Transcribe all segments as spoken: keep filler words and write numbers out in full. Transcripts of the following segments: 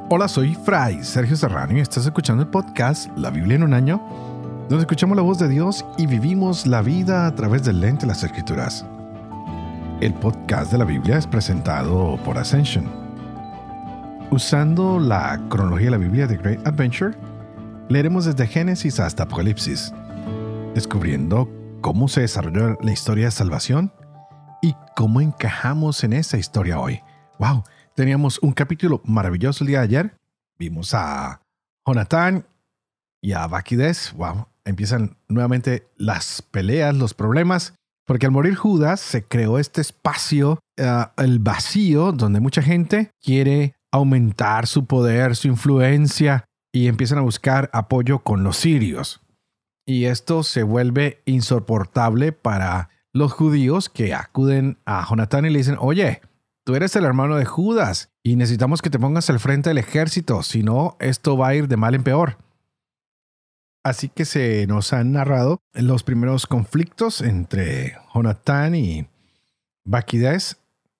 Hola, soy Fray Sergio Serrano y estás escuchando el podcast La Biblia en un año, donde escuchamos la voz de Dios y vivimos la vida a través del lente de las Escrituras. El podcast de la Biblia es presentado por Ascension. Usando la cronología de la Biblia de Great Adventure, leeremos desde Génesis hasta Apocalipsis, descubriendo cómo se desarrolló la historia de salvación y cómo encajamos en esa historia hoy. ¡Wow! Teníamos un capítulo maravilloso el día de ayer. Vimos a Jonatán y a Baquides. ¡Wow! Empiezan nuevamente las peleas, los problemas, porque al morir Judas se creó este espacio, uh, el vacío, donde mucha gente quiere aumentar su poder, su influencia, y empiezan a buscar apoyo con los sirios. Y esto se vuelve insoportable para los judíos que acuden a Jonatán y le dicen, oye, tú eres el hermano de Judas y necesitamos que te pongas al frente del ejército, si no, esto va a ir de mal en peor. Así que se nos han narrado los primeros conflictos entre Jonatán y Baquides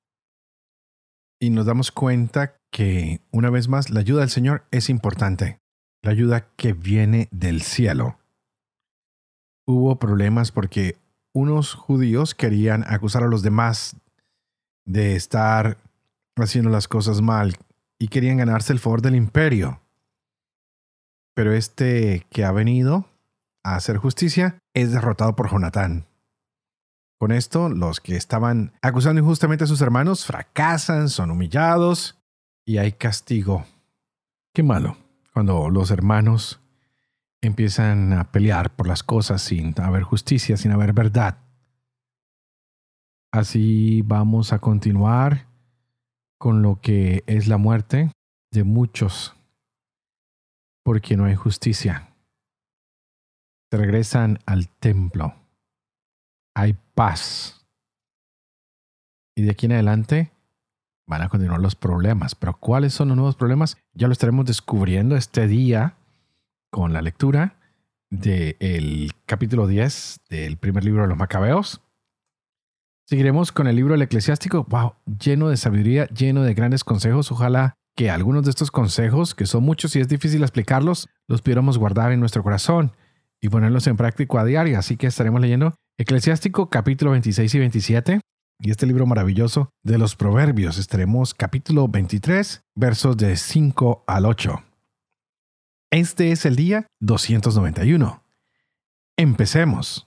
y nos damos cuenta que, una vez más, la ayuda del Señor es importante, la ayuda que viene del cielo. Hubo problemas porque unos judíos querían acusar a los demás de estar haciendo las cosas mal y querían ganarse el favor del imperio. Pero este que ha venido a hacer justicia es derrotado por Jonatán. Con esto, los que estaban acusando injustamente a sus hermanos fracasan, son humillados y hay castigo. Qué malo cuando los hermanos empiezan a pelear por las cosas sin haber justicia, sin haber verdad. Así vamos a continuar con lo que es la muerte de muchos, porque no hay justicia. Se regresan al templo. Hay paz. Y de aquí en adelante van a continuar los problemas. Pero ¿cuáles son los nuevos problemas? Ya lo estaremos descubriendo este día con la lectura del capítulo diez del primer libro de los Macabeos. Seguiremos con el libro del Eclesiástico, wow, lleno de sabiduría, lleno de grandes consejos. Ojalá que algunos de estos consejos, que son muchos y es difícil explicarlos, los pudiéramos guardar en nuestro corazón y ponerlos en práctica a diario. Así que estaremos leyendo Eclesiástico capítulo veintiséis y veintisiete y este libro maravilloso de los Proverbios. Estaremos capítulo veintitrés, versos de cinco al ocho. Este es el día doscientos noventa y uno. Empecemos.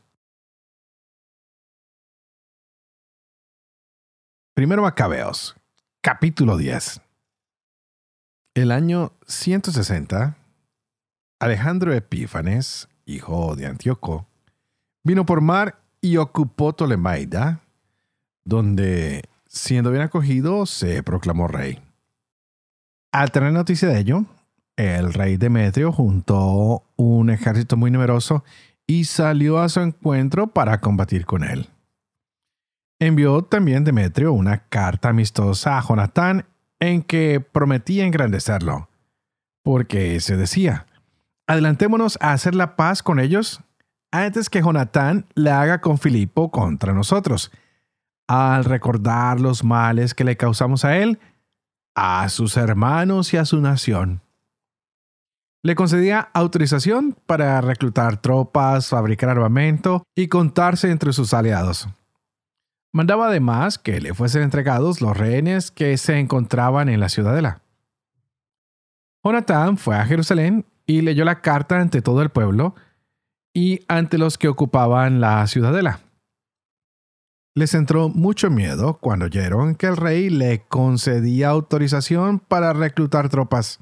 Primero Macabeos, capítulo diez. El año ciento sesenta, Alejandro Epífanes, hijo de Antíoco, vino por mar y ocupó Ptolemaida, donde, siendo bien acogido, se proclamó rey. Al tener noticia de ello, el rey Demetrio juntó un ejército muy numeroso y salió a su encuentro para combatir con él. Envió también Demetrio una carta amistosa a Jonatán en que prometía engrandecerlo, porque se decía, adelantémonos a hacer la paz con ellos antes que Jonatán la haga con Filipo contra nosotros, al recordar los males que le causamos a él, a sus hermanos y a su nación. Le concedía autorización para reclutar tropas, fabricar armamento y contarse entre sus aliados. Mandaba además que le fuesen entregados los rehenes que se encontraban en la ciudadela. Jonatán fue a Jerusalén y leyó la carta ante todo el pueblo y ante los que ocupaban la ciudadela. Les entró mucho miedo cuando oyeron que el rey le concedía autorización para reclutar tropas.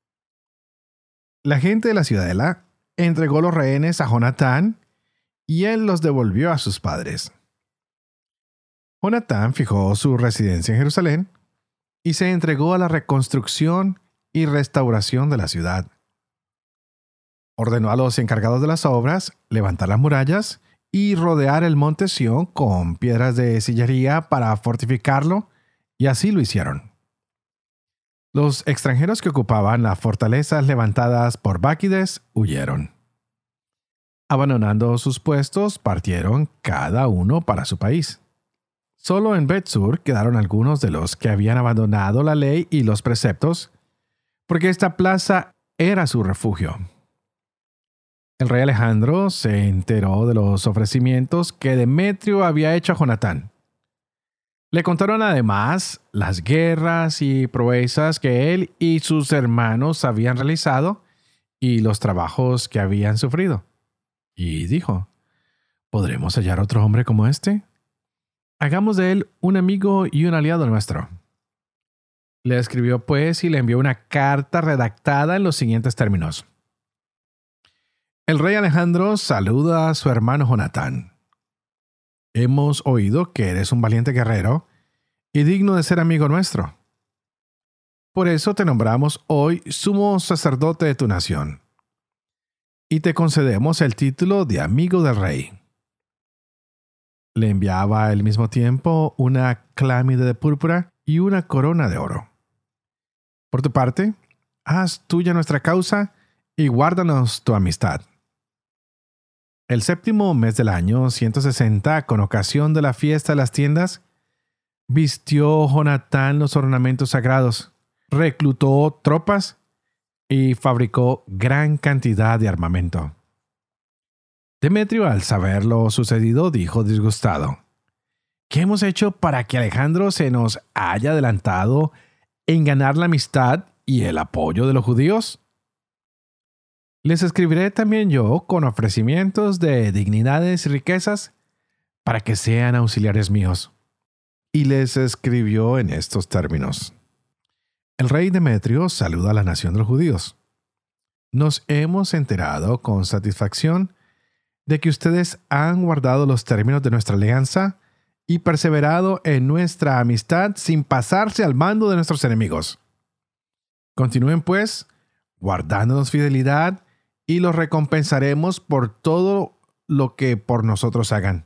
La gente de la ciudadela entregó los rehenes a Jonatán y él los devolvió a sus padres. Jonatán fijó su residencia en Jerusalén y se entregó a la reconstrucción y restauración de la ciudad. Ordenó a los encargados de las obras levantar las murallas y rodear el monte Sión con piedras de sillería para fortificarlo, y así lo hicieron. Los extranjeros que ocupaban las fortalezas levantadas por Baquides huyeron. Abandonando sus puestos, partieron cada uno para su país. Solo en Bet-Sur quedaron algunos de los que habían abandonado la ley y los preceptos, porque esta plaza era su refugio. El rey Alejandro se enteró de los ofrecimientos que Demetrio había hecho a Jonatán. Le contaron además las guerras y proezas que él y sus hermanos habían realizado y los trabajos que habían sufrido. Y dijo: ¿podremos hallar otro hombre como este? Hagamos de él un amigo y un aliado nuestro. Le escribió pues y le envió una carta redactada en los siguientes términos: el rey Alejandro saluda a su hermano Jonatán. Hemos oído que eres un valiente guerrero y digno de ser amigo nuestro. Por eso te nombramos hoy sumo sacerdote de tu nación, y te concedemos el título de amigo del rey. Le enviaba al mismo tiempo una clámide de púrpura y una corona de oro. Por tu parte, haz tuya nuestra causa y guárdanos tu amistad. El séptimo mes del año ciento sesenta, con ocasión de la fiesta de las tiendas, vistió Jonatán los ornamentos sagrados, reclutó tropas y fabricó gran cantidad de armamento. Demetrio, al saber lo sucedido, dijo disgustado: ¿qué hemos hecho para que Alejandro se nos haya adelantado en ganar la amistad y el apoyo de los judíos? Les escribiré también yo con ofrecimientos de dignidades y riquezas para que sean auxiliares míos. Y les escribió en estos términos: el rey Demetrio saluda a la nación de los judíos. Nos hemos enterado con satisfacción de que ustedes han guardado los términos de nuestra alianza y perseverado en nuestra amistad sin pasarse al mando de nuestros enemigos. Continúen pues guardándonos fidelidad y los recompensaremos por todo lo que por nosotros hagan.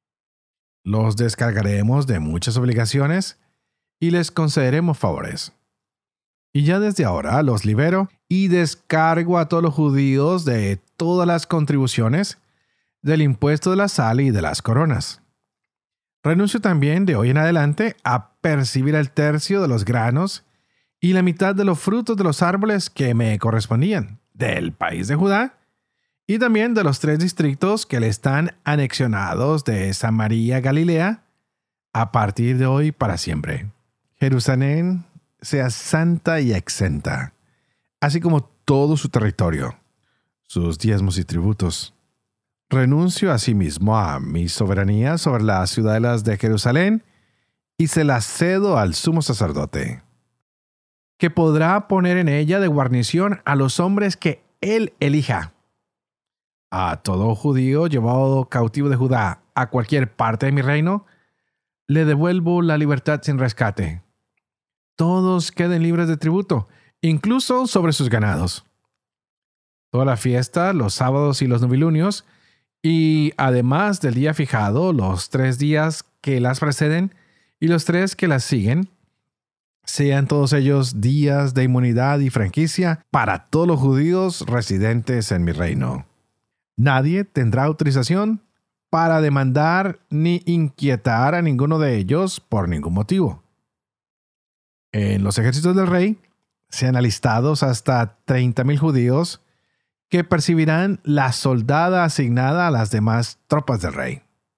Los descargaremos de muchas obligaciones y les concederemos favores. Y ya desde ahora los libero y descargo a todos los judíos de todas las contribuciones, del impuesto de la sal y de las coronas. Renuncio también de hoy en adelante a percibir el tercio de los granos y la mitad de los frutos de los árboles que me correspondían del país de Judá y también de los tres distritos que le están anexionados de Samaria, Galilea, a partir de hoy para siempre. Jerusalén sea santa y exenta, así como todo su territorio, sus diezmos y tributos. Renuncio asimismo a mi soberanía sobre las ciudadelas de Jerusalén y se las cedo al sumo sacerdote, que podrá poner en ella de guarnición a los hombres que él elija. A todo judío llevado cautivo de Judá a cualquier parte de mi reino, le devuelvo la libertad sin rescate. Todos queden libres de tributo, incluso sobre sus ganados. Toda la fiesta, los sábados y los novilunios, y además del día fijado, los tres días que las preceden y los tres que las siguen, sean todos ellos días de inmunidad y franquicia para todos los judíos residentes en mi reino. Nadie tendrá autorización para demandar ni inquietar a ninguno de ellos por ningún motivo. En los ejércitos del rey sean alistados hasta treinta mil judíos que percibirán la soldada asignada a las demás tropas del rey.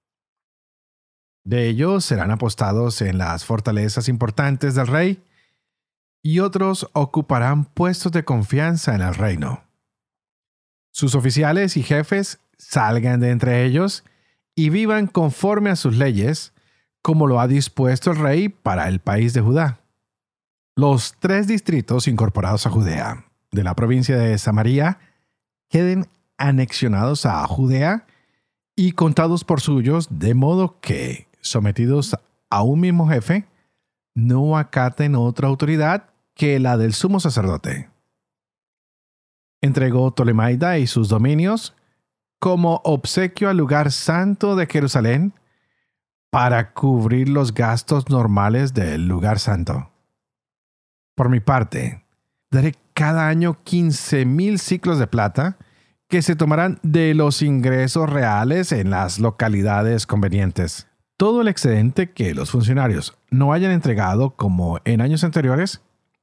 De ellos serán apostados en las fortalezas importantes del rey y otros ocuparán puestos de confianza en el reino. Sus oficiales y jefes salgan de entre ellos y vivan conforme a sus leyes, como lo ha dispuesto el rey para el país de Judá. Los tres distritos incorporados a Judea, de la provincia de Samaria, queden anexionados a Judea y contados por suyos, de modo que, sometidos a un mismo jefe, no acaten otra autoridad que la del sumo sacerdote. Entregó Ptolemaida y sus dominios como obsequio al lugar santo de Jerusalén para cubrir los gastos normales del lugar santo. Por mi parte, daré cada año quince mil siclos de plata que se tomarán de los ingresos reales en las localidades convenientes. Todo el excedente que los funcionarios no hayan entregado como en años anteriores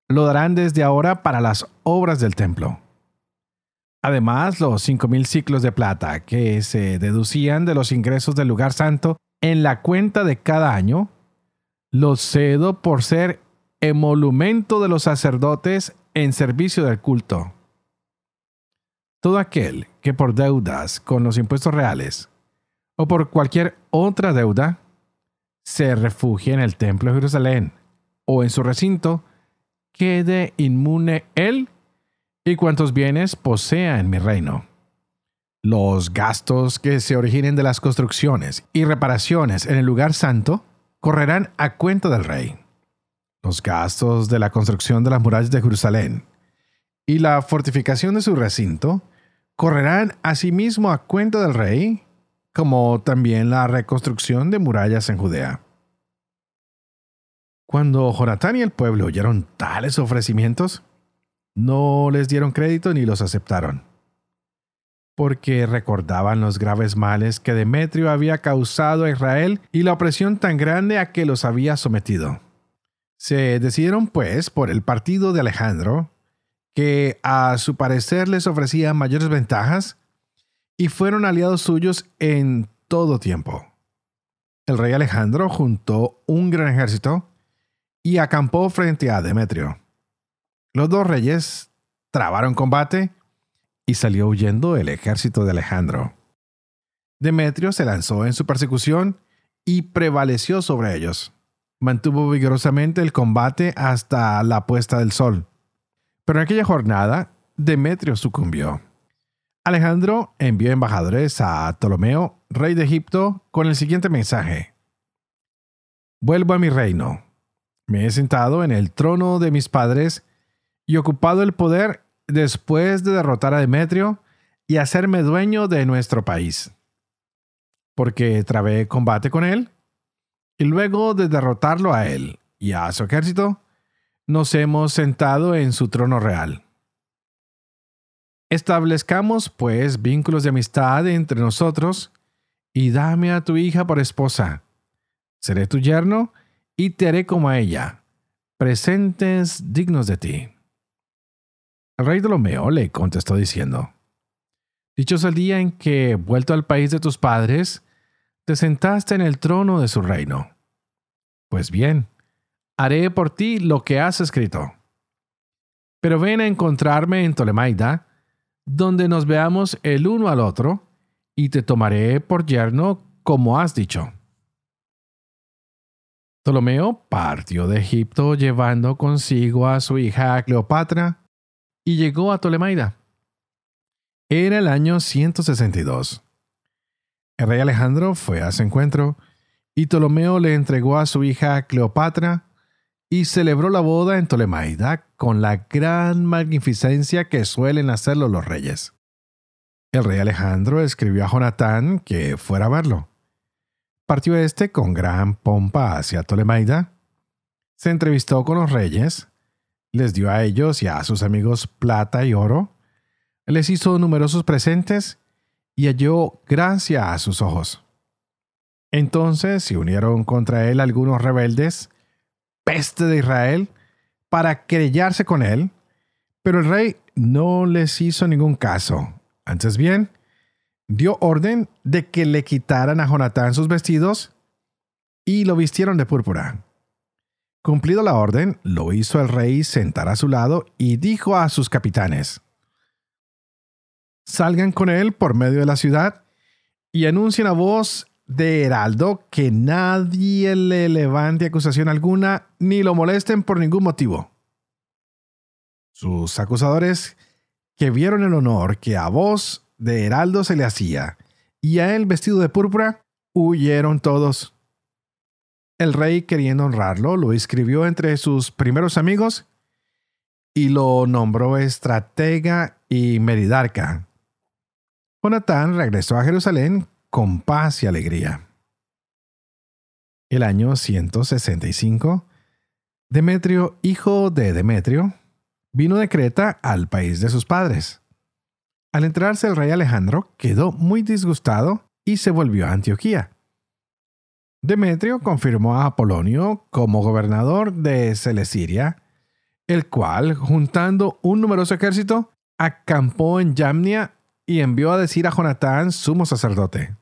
lo darán desde ahora para las obras del templo. Además, los cinco mil ciclos de plata que se deducían de los ingresos del lugar santo en la cuenta de cada año, los cedo por ser emolumento de los sacerdotes en servicio del culto. Todo aquel que por deudas con los impuestos reales o por cualquier otra deuda se refugie en el templo de Jerusalén o en su recinto, quede inmune él y cuantos bienes posea en mi reino. Los gastos que se originen de las construcciones y reparaciones en el lugar santo correrán a cuenta del rey. Los gastos de la construcción de las murallas de Jerusalén y la fortificación de su recinto correrán asimismo a cuenta del rey, como también la reconstrucción de murallas en Judea. Cuando Jonatán y el pueblo oyeron tales ofrecimientos, no les dieron crédito ni los aceptaron, porque recordaban los graves males que Demetrio había causado a Israel y la opresión tan grande a que los había sometido. Se decidieron, pues, por el partido de Alejandro, que a su parecer les ofrecía mayores ventajas, y fueron aliados suyos en todo tiempo. El rey Alejandro juntó un gran ejército y acampó frente a Demetrio. Los dos reyes trabaron combate y salió huyendo el ejército de Alejandro. Demetrio se lanzó en su persecución y prevaleció sobre ellos. Mantuvo vigorosamente el combate hasta la puesta del sol. Pero en aquella jornada, Demetrio sucumbió. Alejandro envió embajadores a Ptolomeo, rey de Egipto, con el siguiente mensaje: Vuelvo a mi reino. Me he sentado en el trono de mis padres y ocupado el poder después de derrotar a Demetrio y hacerme dueño de nuestro país. Porque trabé combate con él, y luego de derrotarlo a él y a su ejército, nos hemos sentado en su trono real. Establezcamos, pues, vínculos de amistad entre nosotros, y dame a tu hija por esposa. Seré tu yerno, y te haré como a ella, presentes dignos de ti. El rey Ptolomeo le contestó diciendo: Dichoso el día en que, vuelto al país de tus padres, te sentaste en el trono de su reino. Pues bien, haré por ti lo que has escrito. Pero ven a encontrarme en Tolemaida, donde nos veamos el uno al otro, y te tomaré por yerno como has dicho. Ptolomeo partió de Egipto llevando consigo a su hija Cleopatra y llegó a Tolemaida. Era el año ciento sesenta y dos. El rey Alejandro fue a su encuentro y Ptolomeo le entregó a su hija Cleopatra y celebró la boda en Tolemaida con la gran magnificencia que suelen hacerlo los reyes. El rey Alejandro escribió a Jonatán que fuera a verlo. Partió éste con gran pompa hacia Tolemaida, se entrevistó con los reyes, les dio a ellos y a sus amigos plata y oro, les hizo numerosos presentes y halló gracia a sus ojos. Entonces se unieron contra él algunos rebeldes, peste de Israel, para querellarse con él, pero el rey no les hizo ningún caso. Antes bien, dio orden de que le quitaran a Jonatán sus vestidos y lo vistieron de púrpura. Cumplido la orden, lo hizo el rey sentar a su lado y dijo a sus capitanes: Salgan con él por medio de la ciudad y anuncien a voz de heraldo que nadie le levante acusación alguna ni lo molesten por ningún motivo. Sus acusadores, que vieron el honor que a voz de heraldo se le hacía y a él vestido de púrpura, huyeron todos. El rey, queriendo honrarlo, lo inscribió entre sus primeros amigos y lo nombró estratega y meridarca. Jonatán regresó a Jerusalén con paz y alegría. El año ciento sesenta y cinco, Demetrio, hijo de Demetrio, vino de Creta al país de sus padres. Al enterarse el rey Alejandro, quedó muy disgustado y se volvió a Antioquía. Demetrio confirmó a Apolonio como gobernador de Celesiria el cual, juntando un numeroso ejército, acampó en Yamnia y envió a decir a Jonatán, sumo sacerdote: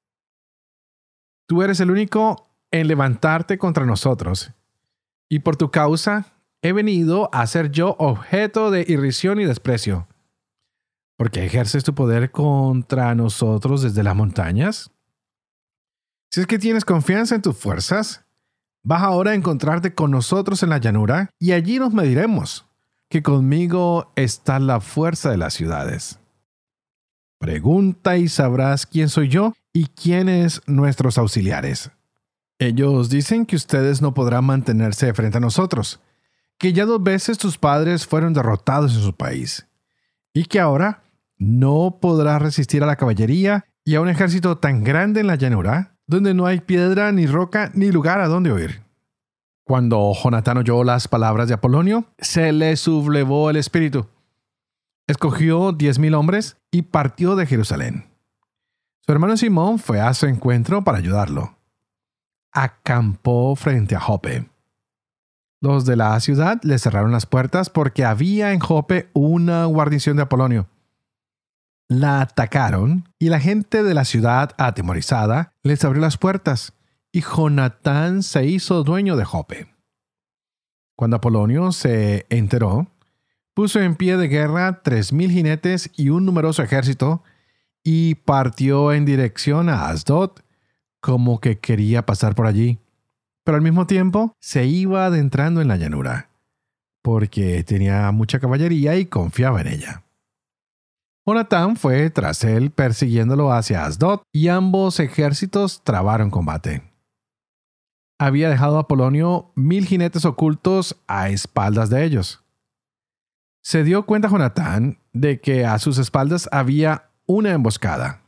Tú eres el único en levantarte contra nosotros, y por tu causa he venido a ser yo objeto de irrisión y desprecio, porque ejerces tu poder contra nosotros desde las montañas. Si es que tienes confianza en tus fuerzas, vas ahora a encontrarte con nosotros en la llanura, y allí nos mediremos, que conmigo está la fuerza de las ciudades. Pregunta y sabrás quién soy yo y quiénes nuestros auxiliares. Ellos dicen que ustedes no podrán mantenerse frente a nosotros, que ya dos veces tus padres fueron derrotados en su país, y que ahora no podrás resistir a la caballería y a un ejército tan grande en la llanura, donde no hay piedra, ni roca, ni lugar a donde huir. Cuando Jonatán oyó las palabras de Apolonio, se le sublevó el espíritu. Escogió diez mil hombres y partió de Jerusalén. Su hermano Simón fue a su encuentro para ayudarlo. Acampó frente a Jope. Los de la ciudad le cerraron las puertas porque había en Jope una guarnición de Apolonio. La atacaron y la gente de la ciudad, atemorizada, les abrió las puertas, y Jonatán se hizo dueño de Jope. Cuando Apolonio se enteró, puso en pie de guerra tres mil jinetes y un numeroso ejército, y partió en dirección a Asdod, como que quería pasar por allí. Pero al mismo tiempo se iba adentrando en la llanura, porque tenía mucha caballería y confiaba en ella. Jonatán fue tras él persiguiéndolo hacia Asdod, y ambos ejércitos trabaron combate. Había dejado a Apolonio mil jinetes ocultos a espaldas de ellos. Se dio cuenta Jonatán de que a sus espaldas había una emboscada.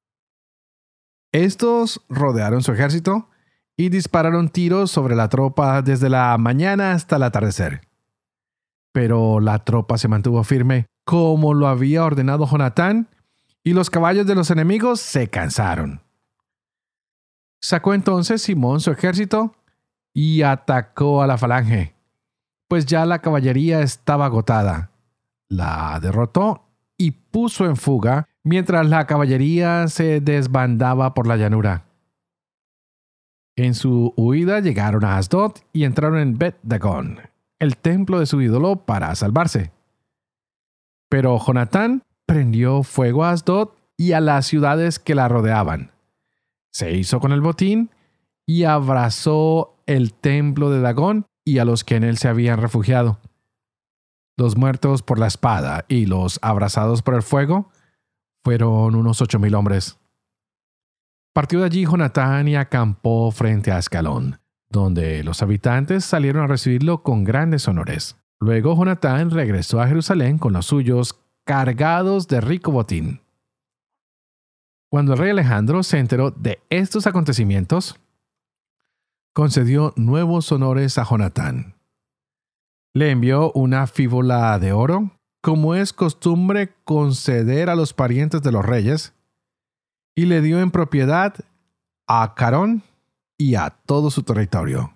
Estos rodearon su ejército y dispararon tiros sobre la tropa desde la mañana hasta el atardecer. Pero la tropa se mantuvo firme, como lo había ordenado Jonatán, y los caballos de los enemigos se cansaron. Sacó entonces Simón su ejército y atacó a la falange, pues ya la caballería estaba agotada. La derrotó y puso en fuga mientras la caballería se desbandaba por la llanura. En su huida llegaron a Asdod y entraron en Bet-Dagón, el templo de su ídolo, para salvarse. Pero Jonatán prendió fuego a Asdod y a las ciudades que la rodeaban. Se hizo con el botín y abrazó el templo de Dagón y a los que en él se habían refugiado. Los muertos por la espada y los abrazados por el fuego fueron unos ocho mil hombres. Partió de allí Jonatán y acampó frente a Ascalón, donde los habitantes salieron a recibirlo con grandes honores. Luego Jonatán regresó a Jerusalén con los suyos, cargados de rico botín. Cuando el rey Alejandro se enteró de estos acontecimientos, concedió nuevos honores a Jonatán. Le envió una fíbula de oro, como es costumbre conceder a los parientes de los reyes, y le dio en propiedad a Carón y a todo su territorio.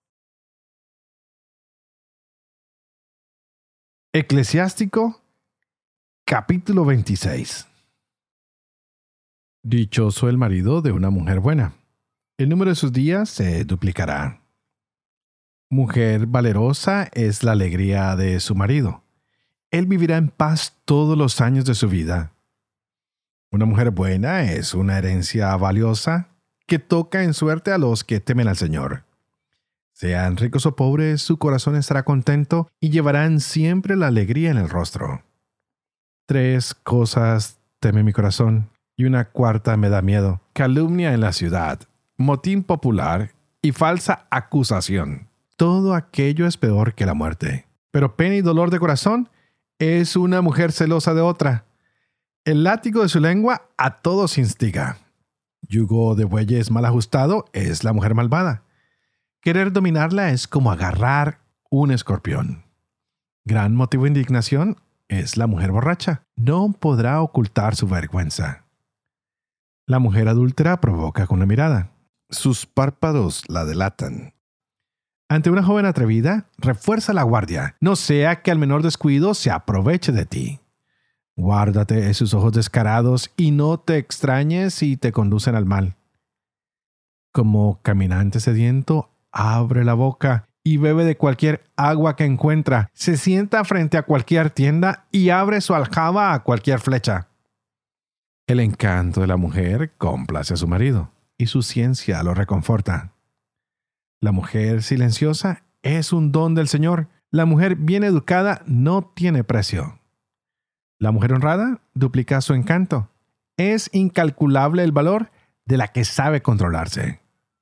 Eclesiástico, capítulo veintiséis. Dichoso el marido de una mujer buena. El número de sus días se duplicará. Mujer valerosa es la alegría de su marido. Él vivirá en paz todos los años de su vida. Una mujer buena es una herencia valiosa que toca en suerte a los que temen al Señor. Sean ricos o pobres, su corazón estará contento y llevarán siempre la alegría en el rostro. Tres cosas teme mi corazón, y una cuarta me da miedo: calumnia en la ciudad, motín popular y falsa acusación. Todo aquello es peor que la muerte. Pero pena y dolor de corazón es una mujer celosa de otra. El látigo de su lengua a todos instiga. Yugo de bueyes mal ajustado es la mujer malvada. Querer dominarla es como agarrar un escorpión. Gran motivo de indignación es la mujer borracha. No podrá ocultar su vergüenza. La mujer adúltera provoca con la mirada. Sus párpados la delatan. Ante una joven atrevida, refuerza la guardia, no sea que al menor descuido se aproveche de ti. Guárdate de sus ojos descarados y no te extrañes si te conducen al mal. Como caminante sediento, abre la boca y bebe de cualquier agua que encuentra. Se sienta frente a cualquier tienda y abre su aljaba a cualquier flecha. El encanto de la mujer complace a su marido y su ciencia lo reconforta. La mujer silenciosa es un don del Señor. La mujer bien educada no tiene precio. La mujer honrada duplica su encanto. Es incalculable el valor de la que sabe controlarse.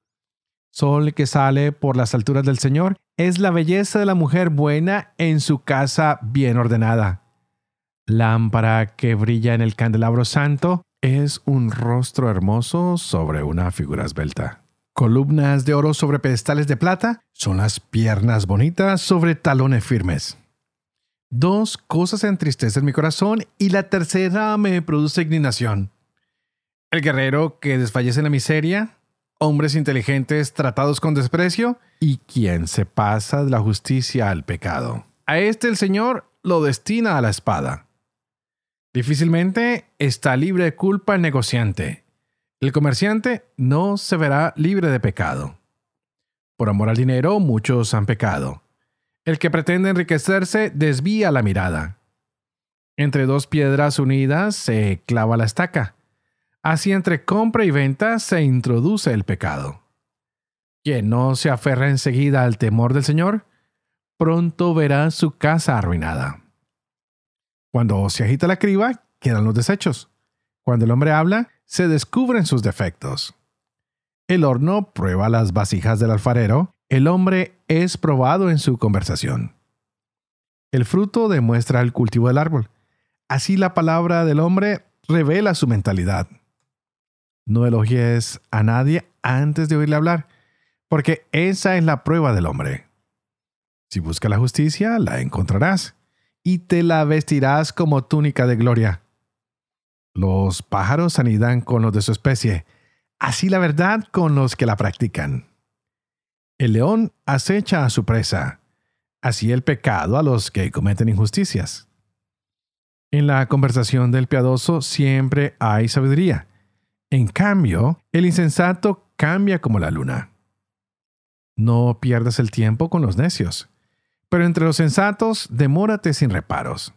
Sol que sale por las alturas del Señor es la belleza de la mujer buena en su casa bien ordenada. Lámpara que brilla en el candelabro santo es un rostro hermoso sobre una figura esbelta. Columnas de oro sobre pedestales de plata son las piernas bonitas sobre talones firmes. Dos cosas entristecen mi corazón y la tercera me produce indignación. El guerrero que desfallece en la miseria, hombres inteligentes tratados con desprecio y quien se pasa de la justicia al pecado. A este el Señor lo destina a la espada. Difícilmente está libre de culpa el negociante. El comerciante no se verá libre de pecado. Por amor al dinero, muchos han pecado. El que pretende enriquecerse desvía la mirada. Entre dos piedras unidas se clava la estaca. Así entre compra y venta se introduce el pecado. Quien no se aferra enseguida al temor del Señor, pronto verá su casa arruinada. Cuando se agita la criba, quedan los desechos. Cuando el hombre habla, se descubren sus defectos. El horno prueba las vasijas del alfarero. El hombre es probado en su conversación. El fruto demuestra el cultivo del árbol. Así la palabra del hombre revela su mentalidad. No elogies a nadie antes de oírle hablar, porque esa es la prueba del hombre. Si buscas la justicia, la encontrarás, y te la vestirás como túnica de gloria. Los pájaros anidan con los de su especie, así la verdad con los que la practican. El león acecha a su presa, así el pecado a los que cometen injusticias. En la conversación del piadoso siempre hay sabiduría. En cambio, el insensato cambia como la luna. No pierdas el tiempo con los necios, pero entre los sensatos demórate sin reparos.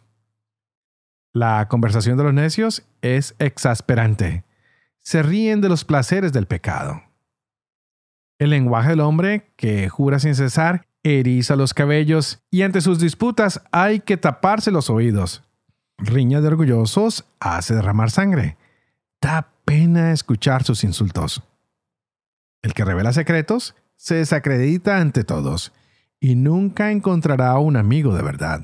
La conversación de los necios es exasperante. Se ríen de los placeres del pecado. El lenguaje del hombre, que jura sin cesar, eriza los cabellos y ante sus disputas hay que taparse los oídos. Riña de orgullosos hace derramar sangre. Da pena escuchar sus insultos. El que revela secretos se desacredita ante todos y nunca encontrará un amigo de verdad.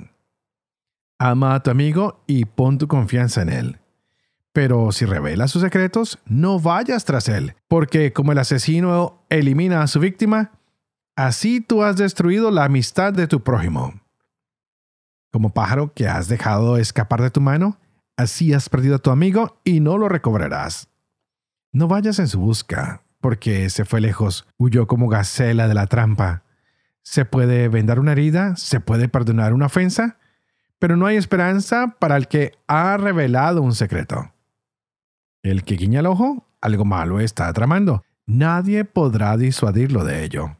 Ama a tu amigo y pon tu confianza en él. Pero si revela sus secretos, no vayas tras él, porque como el asesino elimina a su víctima, así tú has destruido la amistad de tu prójimo. Como pájaro que has dejado escapar de tu mano, así has perdido a tu amigo y no lo recobrarás. No vayas en su busca, porque se fue lejos, huyó como gacela de la trampa. Se puede vendar una herida, se puede perdonar una ofensa, pero no hay esperanza para el que ha revelado un secreto. El que guiña el ojo, algo malo está tramando. Nadie podrá disuadirlo de ello.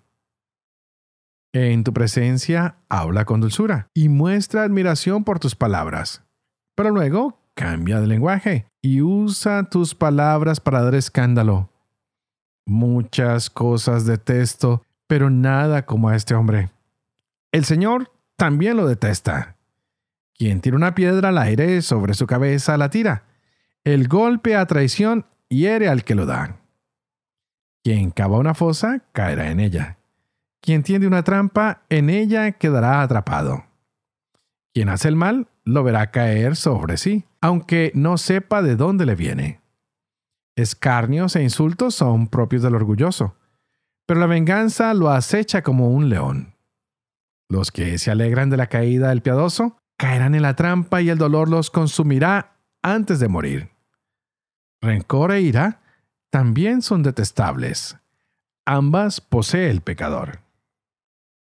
En tu presencia habla con dulzura y muestra admiración por tus palabras. Pero luego cambia de lenguaje y usa tus palabras para dar escándalo. Muchas cosas detesto, pero nada como a este hombre. El Señor también lo detesta. Quien tira una piedra al aire sobre su cabeza la tira. El golpe a traición hiere al que lo da. Quien cava una fosa caerá en ella. Quien tiende una trampa, en ella quedará atrapado. Quien hace el mal, lo verá caer sobre sí, aunque no sepa de dónde le viene. Escarnios e insultos son propios del orgulloso, pero la venganza lo acecha como un león. Los que se alegran de la caída del piadoso caerán en la trampa y el dolor los consumirá antes de morir. Rencor e ira también son detestables. Ambas posee el pecador.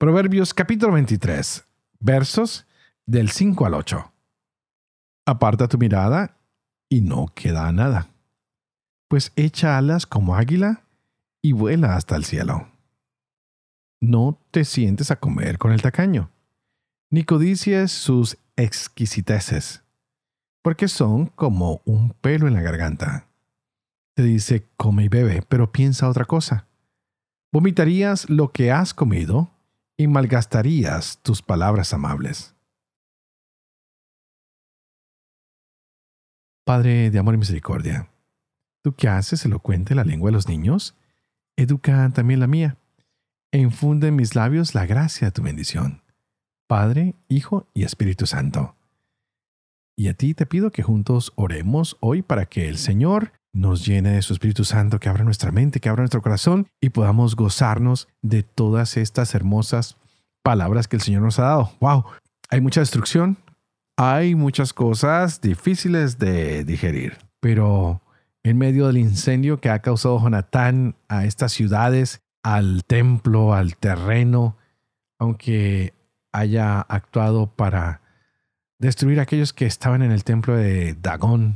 Proverbios capítulo veintitrés, versos del cinco al ocho. Aparta tu mirada y no queda nada, pues echa alas como águila y vuela hasta el cielo. No te sientes a comer con el tacaño, ni codicies sus exquisiteces, porque son como un pelo en la garganta. Te dice, come y bebe, pero piensa otra cosa. Vomitarías lo que has comido y malgastarías tus palabras amables. Padre de amor y misericordia, tú que haces elocuente la lengua de los niños, educa también la mía, e infunde en mis labios la gracia de tu bendición. Padre, Hijo y Espíritu Santo. Y a ti te pido que juntos oremos hoy para que el Señor nos llene de su Espíritu Santo, que abra nuestra mente, que abra nuestro corazón y podamos gozarnos de todas estas hermosas palabras que el Señor nos ha dado. ¡Wow! Hay mucha destrucción, hay muchas cosas difíciles de digerir, pero en medio del incendio que ha causado Jonatán a estas ciudades, al templo, al terreno, aunque haya actuado para destruir a aquellos que estaban en el templo de Dagón,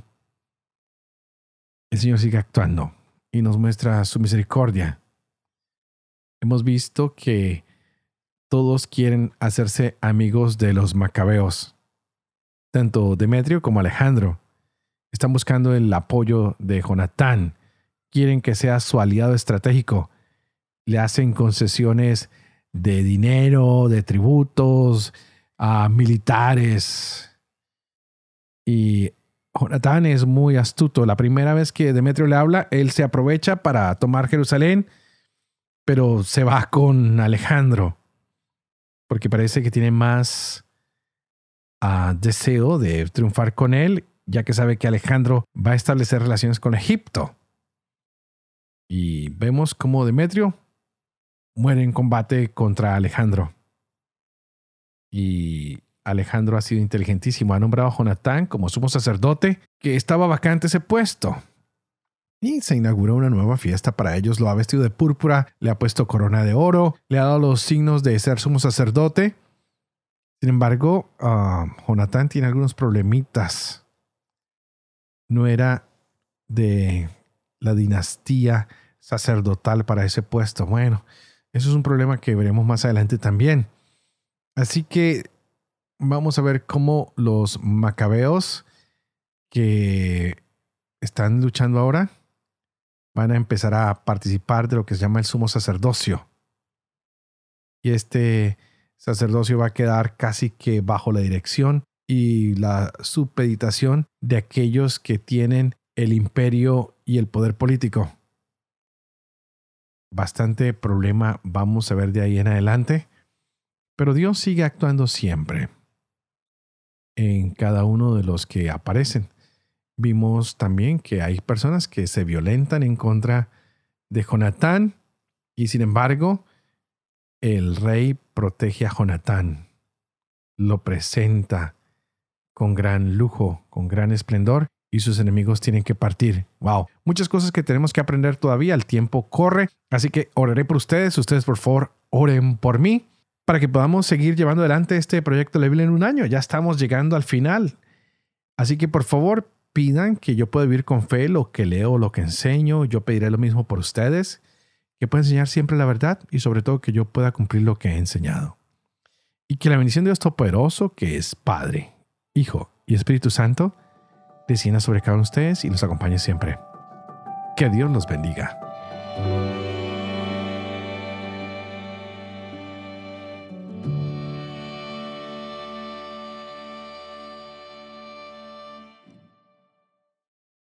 el Señor sigue actuando y nos muestra su misericordia. Hemos visto que todos quieren hacerse amigos de los macabeos. Tanto Demetrio como Alejandro están buscando el apoyo de Jonatán. Quieren que sea su aliado estratégico. Le hacen concesiones de dinero, de tributos, a militares. Y Jonatán es muy astuto. La primera vez que Demetrio le habla, él se aprovecha para tomar Jerusalén, pero se va con Alejandro, porque parece que tiene más uh, deseo de triunfar con él, ya que sabe que Alejandro va a establecer relaciones con Egipto. Y vemos cómo Demetrio muere en combate contra Alejandro. Y Alejandro ha sido inteligentísimo. Ha nombrado a Jonatán como sumo sacerdote, que estaba vacante ese puesto. Y se inauguró una nueva fiesta para ellos. Lo ha vestido de púrpura, le ha puesto corona de oro, le ha dado los signos de ser sumo sacerdote. Sin embargo, uh, Jonatán tiene algunos problemitas. No era de la dinastía sacerdotal para ese puesto. Bueno, eso es un problema que veremos más adelante también. Así que vamos a ver cómo los macabeos que están luchando ahora van a empezar a participar de lo que se llama el sumo sacerdocio. Y este sacerdocio va a quedar casi que bajo la dirección y la supeditación de aquellos que tienen el imperio y el poder político. Bastante problema vamos a ver de ahí en adelante, pero Dios sigue actuando siempre en cada uno de los que aparecen. Vimos también que hay personas que se violentan en contra de Jonatán y sin embargo el rey protege a Jonatán, lo presenta con gran lujo, con gran esplendor y sus enemigos tienen que partir. Wow, muchas cosas que tenemos que aprender todavía, el tiempo corre, así que oraré por ustedes, ustedes por favor oren por mí para que podamos seguir llevando adelante este proyecto de la Biblia en un año. Ya estamos llegando al final, así que por favor pidan que yo pueda vivir con fe lo que leo, lo que enseño. Yo pediré lo mismo por ustedes, que pueda enseñar siempre la verdad y sobre todo que yo pueda cumplir lo que he enseñado. Y que la bendición de Dios Todopoderoso, que es Padre, Hijo y Espíritu Santo, descienda sobre cada uno de ustedes y los acompañe siempre. Que Dios los bendiga.